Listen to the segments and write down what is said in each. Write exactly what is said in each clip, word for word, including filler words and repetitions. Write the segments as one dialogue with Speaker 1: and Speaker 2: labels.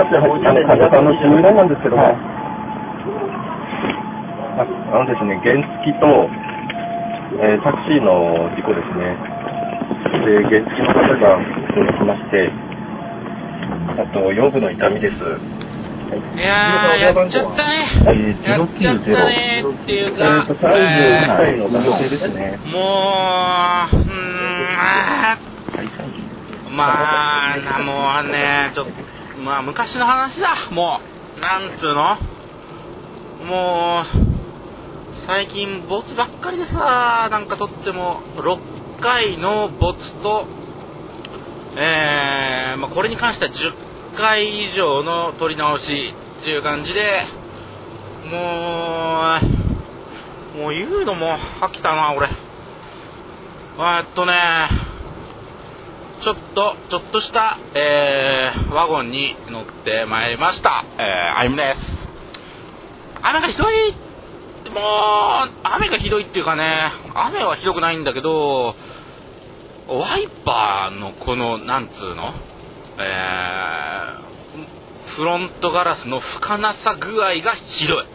Speaker 1: 風の心配なんですけども、はい、あのですね、原付と、えー、タクシーの事故ですね。で、原付の方が来まして、あと腰部の痛みです。
Speaker 2: いやー、やっちゃったね。やっちゃったねっていうか、
Speaker 1: えーと、さんじゅういっさいの男性ですね。
Speaker 2: もう、うーん、まあ、もうね、ちょっと、まあ、昔の話だ。もう、なんつうのもう、最近、ボツばっかりでさ、なんかとっても、ろっかいのボツと、えー、まあ、これに関してはじゅっかい以上の撮り直しっていう感じで、もう、もう言うのも飽きたな、俺。えっとね、ちょっと、ちょっとした、えー、ワゴンに乗ってまいりました。えー、アイムです。雨がひどい、もう、雨がひどいっていうかね、雨はひどくないんだけど、ワイパーのこの、なんつうのえー、フロントガラスの吹かなさ具合がひどい。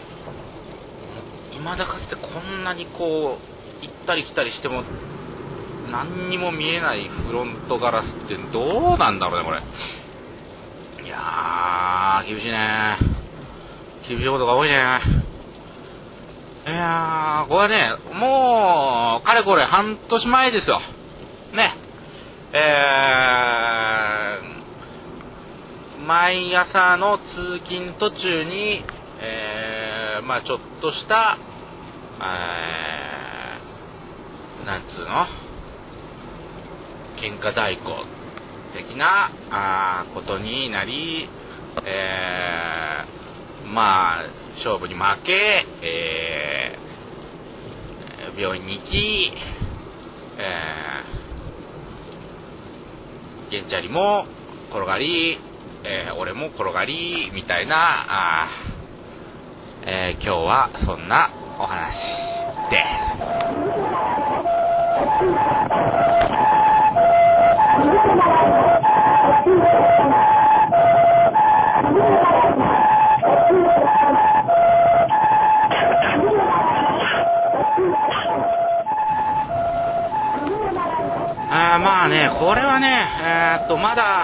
Speaker 2: 未だかつてこんなにこう、行ったり来たりしても、何にも見えないフロントガラスってどうなんだろうね、これ。いやー、厳しいね。厳しいことが多いね。いやー、これね、もう、かれこれ半年前ですよ。ね。えー、毎朝の通勤途中に、えー、まあちょっとした、えー、なんつうの喧嘩代行的なあことになり、えー、まあ勝負に負け、えー、病院に行き、えー、ゲンチャリも転がり、えー、俺も転がりみたいな、あ、えー、今日はそんなお話です。あ、まあね、これはね、えー、っとまだ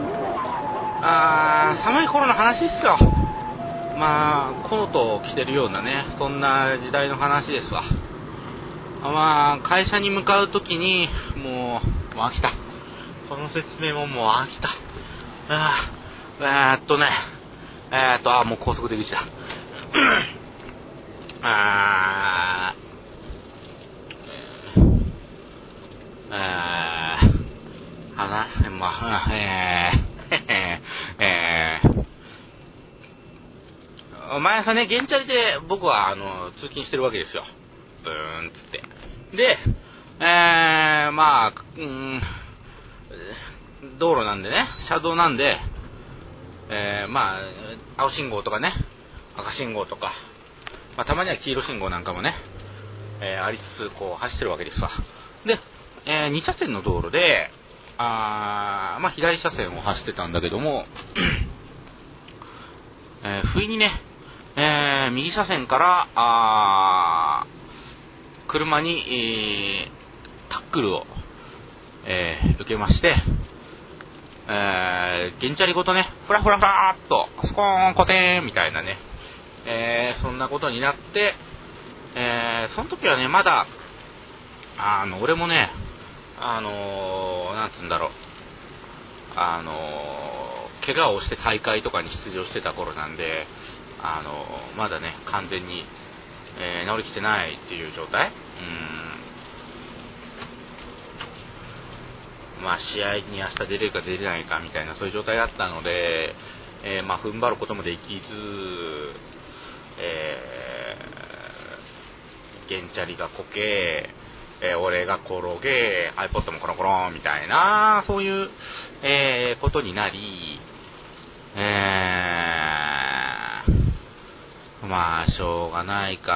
Speaker 2: あ寒い頃の話ですよ。まあコートを着てるようなね、そんな時代の話ですわ。まあ会社に向かうときにもう、もう飽きた。この説明ももう飽きた。あー、えー、っとね、えー、っとあもう高速出口だ。あー。えー、はな、まあ、えー、えー、毎朝ね、原チャリで僕はあの通勤してるわけですよ。ブーンっつって。で、えー、まあ、うん、道路なんでね、車道なんで、えー、まあ、青信号とかね、赤信号とか、まあ、たまには黄色信号なんかもね、えー、ありつつ、こう、走ってるわけですわ。で、えー、に車線の道路で、あまあ、左車線を走ってたんだけども、えー、不意にね、えー、右車線から、あ車に、えー、タックルを、えー、受けまして、えー、ゲンチャリごとね、フラフラフラーっと、スコーンコテーンみたいなね、えー、そんなことになって、えー、その時はね、まだ、あの、俺もね、あのー、なんつうんだろう、あのー、怪我をして大会とかに出場してた頃なんで、あのー、まだね、完全に、えー、治りきてないっていう状態。うーん。まあ、試合に明日出れるか出れないかみたいな、そういう状態だったので、えー、まあ、踏ん張ることもできず、えー、ゲンチャリがこけ、えー、俺が転げ、iPod もコロコロみたいな、そういう、えー、ことになり、えー、まあ、しょうがないから、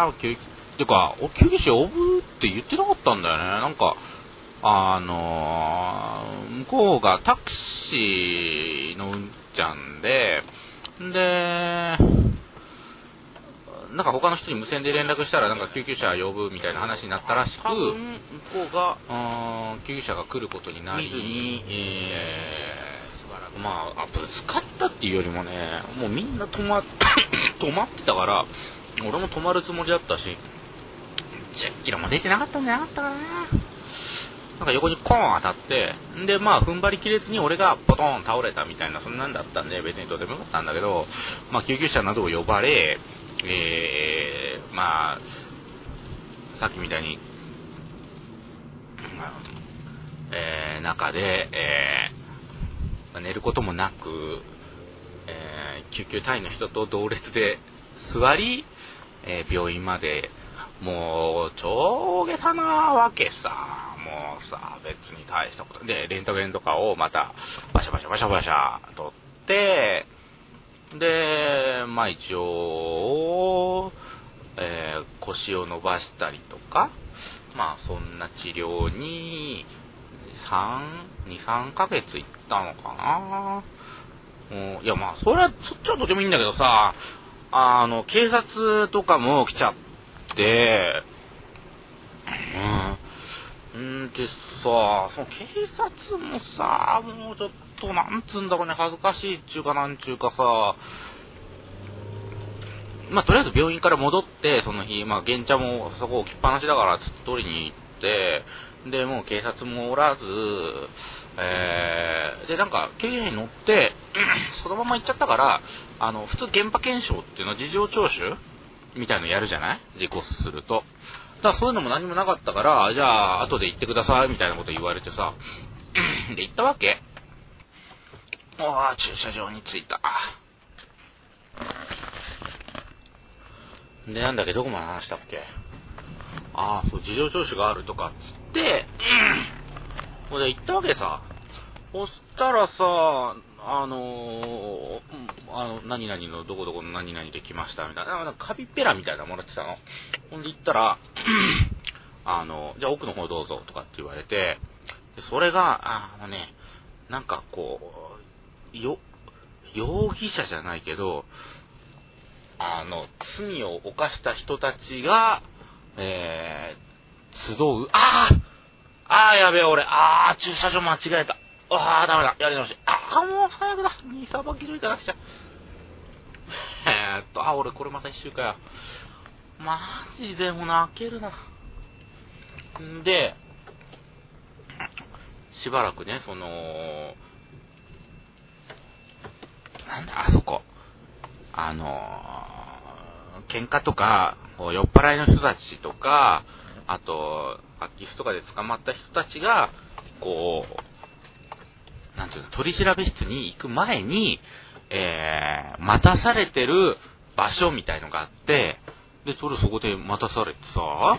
Speaker 2: 救てか、救急車呼ぶって言ってなかったんだよね。なんか、あのー、 向こうがタクシーのうんちゃんで、で、なんか他の人に無線で連絡したらなんか救急車呼ぶみたいな話になったらしく、
Speaker 3: 多分向こうが
Speaker 2: うん救急車が来ることになり、
Speaker 3: 見ずに
Speaker 2: えー、しばらくまあ、あぶつかったっていうよりもね、もうみんな止ま止まってたから、俺も止まるつもりだったし、じゅっキロも出てなかったんじゃなかったかな。なんか横にコーン当たって、んでまあ踏ん張りきれずに俺がボトン倒れたみたいな、そんなんだったんで別にどうでもよかったんだけど、まあ救急車などを呼ばれ、えー、まあさっきみたいに、えー、中で、えー、寝ることもなく、えー、救急隊員の人と同列で座り、えー、病院まで、もう超下手なわけさ。もうさ、別に大したことで、レントゲンとかをまたバシャバシャバシャバシャ取って、で、まあ一応、えー、腰を伸ばしたりとか、まあそんな治療にさん、に、さんかげつ行ったのかな。うん、いやまあそれはちょ、ちょっとでもいいんだけどさ、あの警察とかも来ちゃってうん、んでさ、その警察もさ、もうちょっとなんつうんだろうね、恥ずかしいっちゅうかなんちゅうかさ、まあとりあえず病院から戻って、その日、まあ現茶もそこ置きっぱなしだからつって取りに行って、でもう警察もおらず、えー、でなんか救急車に乗ってそのまま行っちゃったから、あの普通現場検証っていうのは事情聴取みたいのやるじゃない、事故すると。だからそういうのも何もなかったから、じゃあ後で行ってくださいみたいなこと言われてさで行ったわけ。ああ駐車場に着いた。でなんだっけ、どこまで話したっけ。ああそう、事情聴取があるとかっつって、うん、で行ったわけさ。そしたらさ、あのー、あの何々のどこどこの何々で来ましたみたいな、なんかカビペラみたいなのもらってたの。ほんで行ったらあのじゃあ奥の方どうぞとかって言われて、でそれがあのね、なんかこうよ容疑者じゃないけど、あの罪を犯した人たちが、えー、集う。あーあーやべえ、俺あー駐車場間違えた。あーダメだ、やり直し。あーもう最悪だ、にさばき場行かなくちゃ。えーっとあ俺これまた一週かよ。マジでもう泣けるな。んでしばらくね、そのなんだあそこ、あの喧嘩とか酔っ払いの人たちとか、あと空き巣とかで捕まった人たちがこうなんていうの、取り調べ室に行く前に、えー、待たされてる場所みたいのがあって、でそれそこで待たされてさ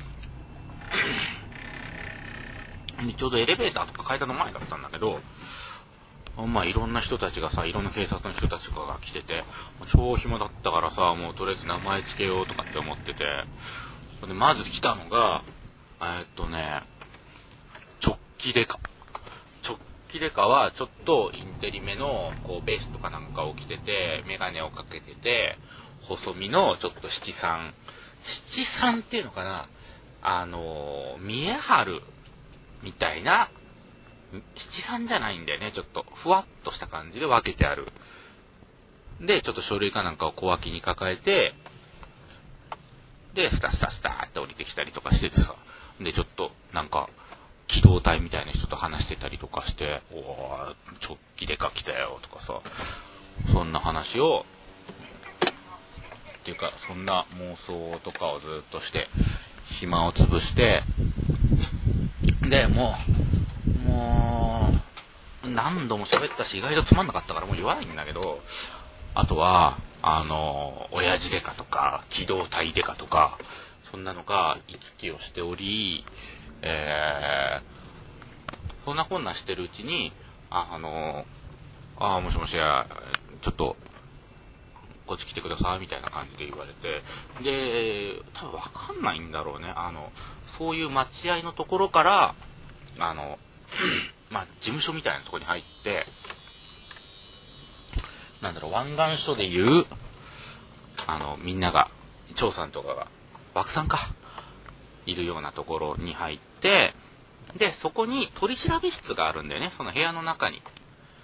Speaker 2: でちょうどエレベーターとか階段の前だったんだけど、まあいろんな人たちがさ、いろんな警察の人たちとかが来てて、超暇だったからさ、もうとりあえず名前つけようとかって思ってて、でまず来たのがえー、っとね直帰デカ直帰デカはちょっとインテリめのこうベースとかなんかを着てて、メガネをかけてて、細身のちょっと七三七三っていうのかな、あの見え張るみたいな七三じゃないんだよね、ちょっとふわっとした感じで分けてある。でちょっと書類かなんかを小脇に抱えて、でスタスタスタって降りてきたりとかしててさ、でちょっとなんか機動隊みたいな人と話してたりとかして、おー直帰でか来たよとかさ、そんな話をっていうか、そんな妄想とかをずっとして暇を潰して、でもうもう何度も喋ったし、意外とつまんなかったからもう言わないんだけど、あとはあの親父デカとか機動隊デカとか、そんなのが行き来をしており、えー、そんなこんなしてるうちに、あ、あのあもしもしや、ちょっとこっち来てくださいみたいな感じで言われて、で多分わかんないんだろうね、あのそういう待合のところからあのまあ、事務所みたいなところに入って、なんだろう、湾岸署でいう、あの、みんなが、張さんとかが、枠さんか、いるようなところに入って、で、そこに取り調べ室があるんだよね、その部屋の中に。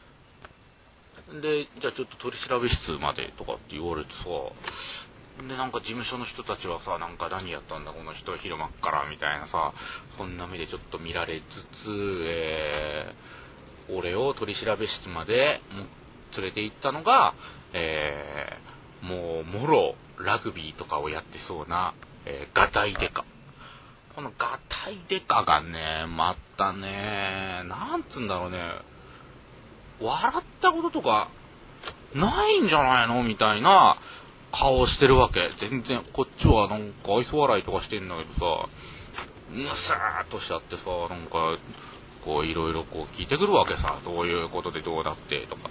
Speaker 2: で、じゃあちょっと取り調べ室までとかって言われてさ、で、なんか事務所の人たちはさ、なんか何やったんだこの人昼間っからみたいなさ、そんな目でちょっと見られつつ、えー、俺を取り調べ室までも連れて行ったのが、えー、もうもろラグビーとかをやってそうな、えー、ガタイデカ。このガタイデカがね、またね、なんつんだろうね、笑ったこととかないんじゃないのみたいな顔してるわけ。全然こっちはなんか愛想笑いとかしてんだけどさ、むさーっとしちゃってさ、なんかこういろいろこう聞いてくるわけさ。どういうことでどうだってとかっつって、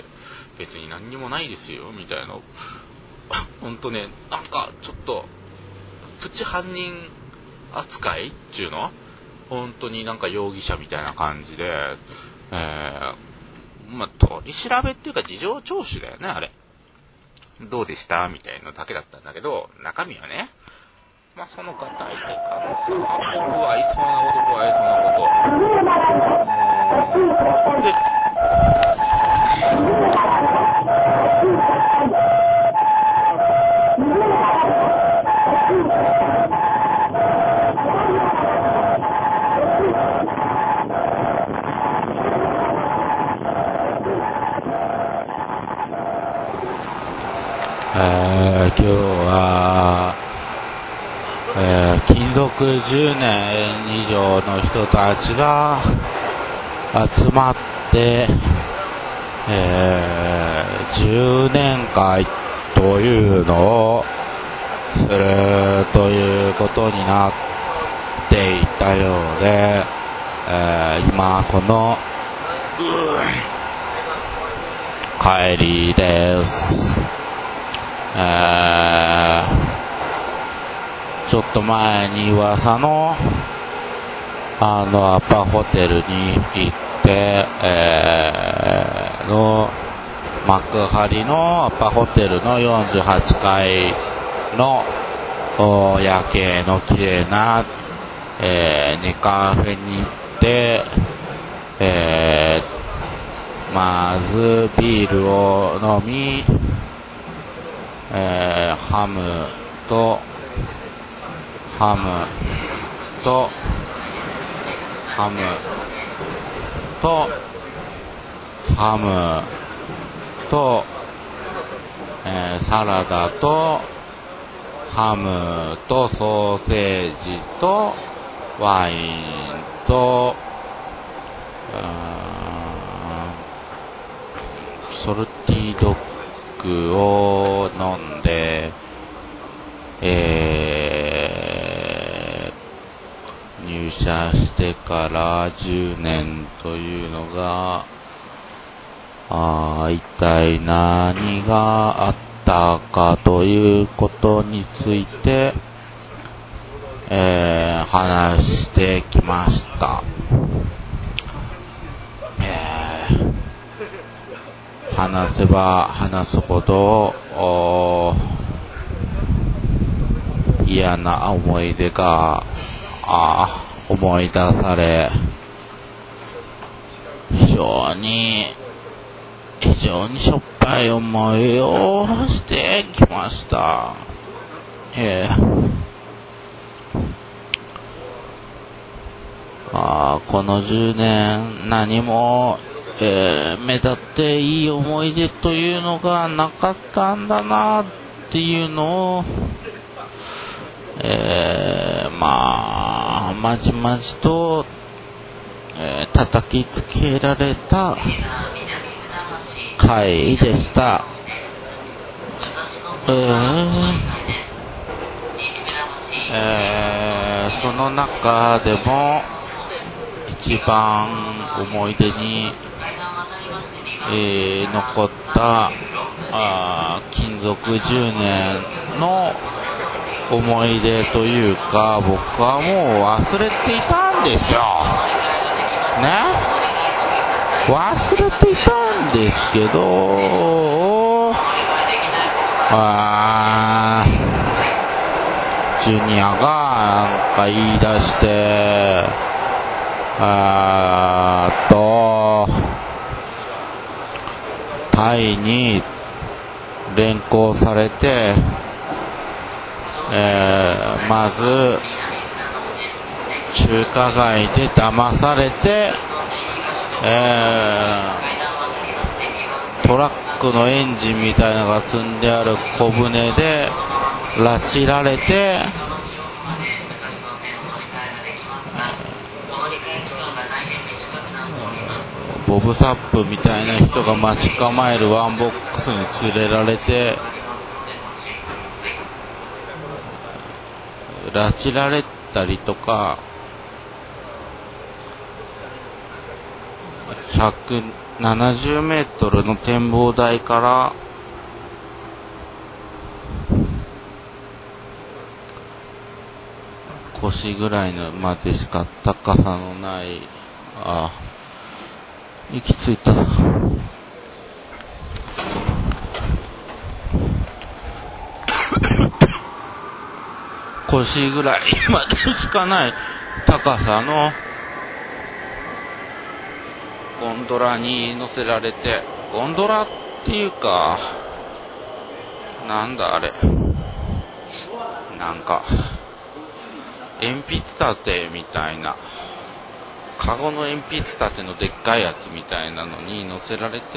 Speaker 2: 別に何にもないですよみたいな。ほんとね、なんかちょっとプチ犯人扱いっていうの、本当になんか容疑者みたいな感じで、えーまあ、取り調べっていうか事情聴取だよね、あれ。どうでしたみたいなだけだったんだけど、中身はね、まあ、そのガタイでかのさ、僕は愛想なこと、僕は愛想なこと。で、
Speaker 3: えー、今日は、えー、勤続じゅうねん以上の人たちが集まって、えー、じゅうねん会というのをするということになっていたようで、えー、今その帰りです。えー、ちょっと前に噂のあのアパホテルに行って、えー、の幕張のアパホテルのよんじゅうはちかいの夜景の綺麗な、えー、ネカフェに行って、えー、まずビールを飲み、えー、ハムとハムとハムとハムと、えー、サラダとハムとソーセージとワインとソルティドッグを飲んで、えー、入社してからじゅうねんというのが、あ一体何があったかということについて、えー、話してきました。えー、話せば話すほど嫌な思い出があ思い出され、非常に非常にしょっぱい思いをしてきました。えー、あこのじゅうねん何も、えー、目立っていい思い出というのがなかったんだなっていうのを、えー、まあまじまじと、えー、叩きつけられた回でした。えーえー、その中でも一番思い出に、えー、残ったあ勤続じゅうねんの思い出というか、僕はもう忘れていたんですよね。 忘れていたんですけど、あジュニアがなんか言い出して、あーっとタイに連行されて、えー、まず中華街で騙されて、えー、トラックのエンジンみたいなのが積んである小舟で拉致られて、ボブサップみたいな人が待ち構えるワンボックスに連れられて、拉致られたりとか、ひゃくななじゅうメートルの展望台から腰ぐらいのまでしか高さのない、あ、息ついた。腰ぐらいまでしかない高さのゴンドラに乗せられて、ゴンドラっていうか、なんだあれ、なんか鉛筆立てみたいな、カゴの鉛筆立てのでっかいやつみたいなのに乗せられて、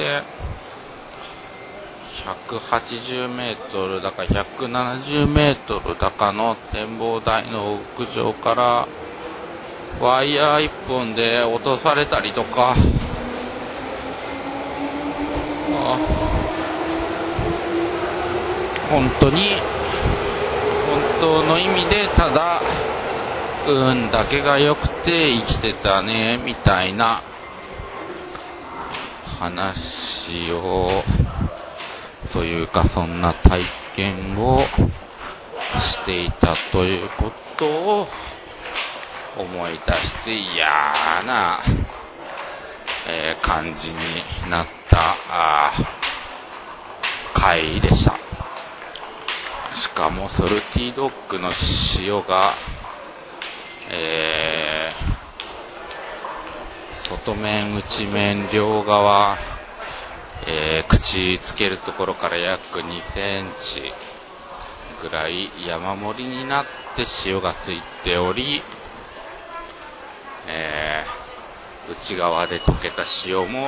Speaker 3: ひゃくはちじゅうメートルだかひゃくななじゅうメートルだかの展望台の屋上からワイヤー一本で落とされたりとか、本当に本当の意味でただ運だけが良くて生きてたねみたいな話をというか、そんな体験をしていたということを思い出して嫌な、えー、感じになったあ回でした。しかもソルティドッグの塩が、えー、外面内面両側、えー、口つけるところから約にセンチぐらい山盛りになって塩がついており、えー、内側で溶けた塩も、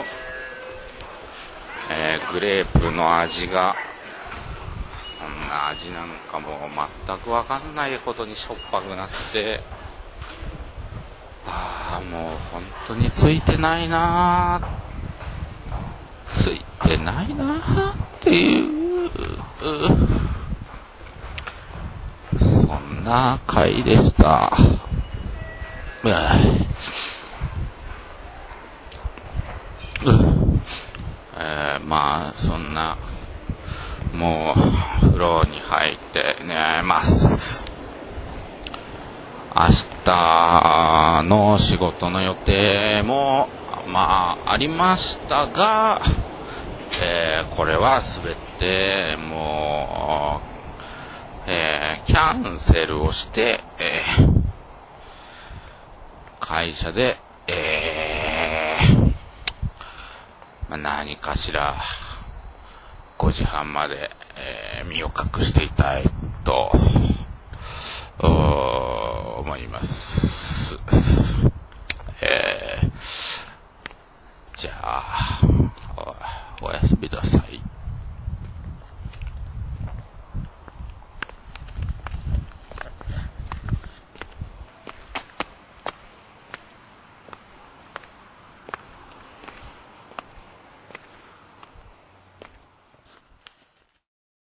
Speaker 3: えー、グレープの味がそんな味なんかもう全く分かんないほどにしょっぱくなって、ああもう本当についてないなーついてないなーっていうそんな回でした。えー、まあそんなもう風呂に入って寝ます。明日の仕事の予定もまあありましたが、えー、これはすべてもう、えー、キャンセルをして、えー、会社で、えーまあ、何かしらごじはんまで、えー、身を隠していたいと思います。えー、じゃあ お, おやすみなさい。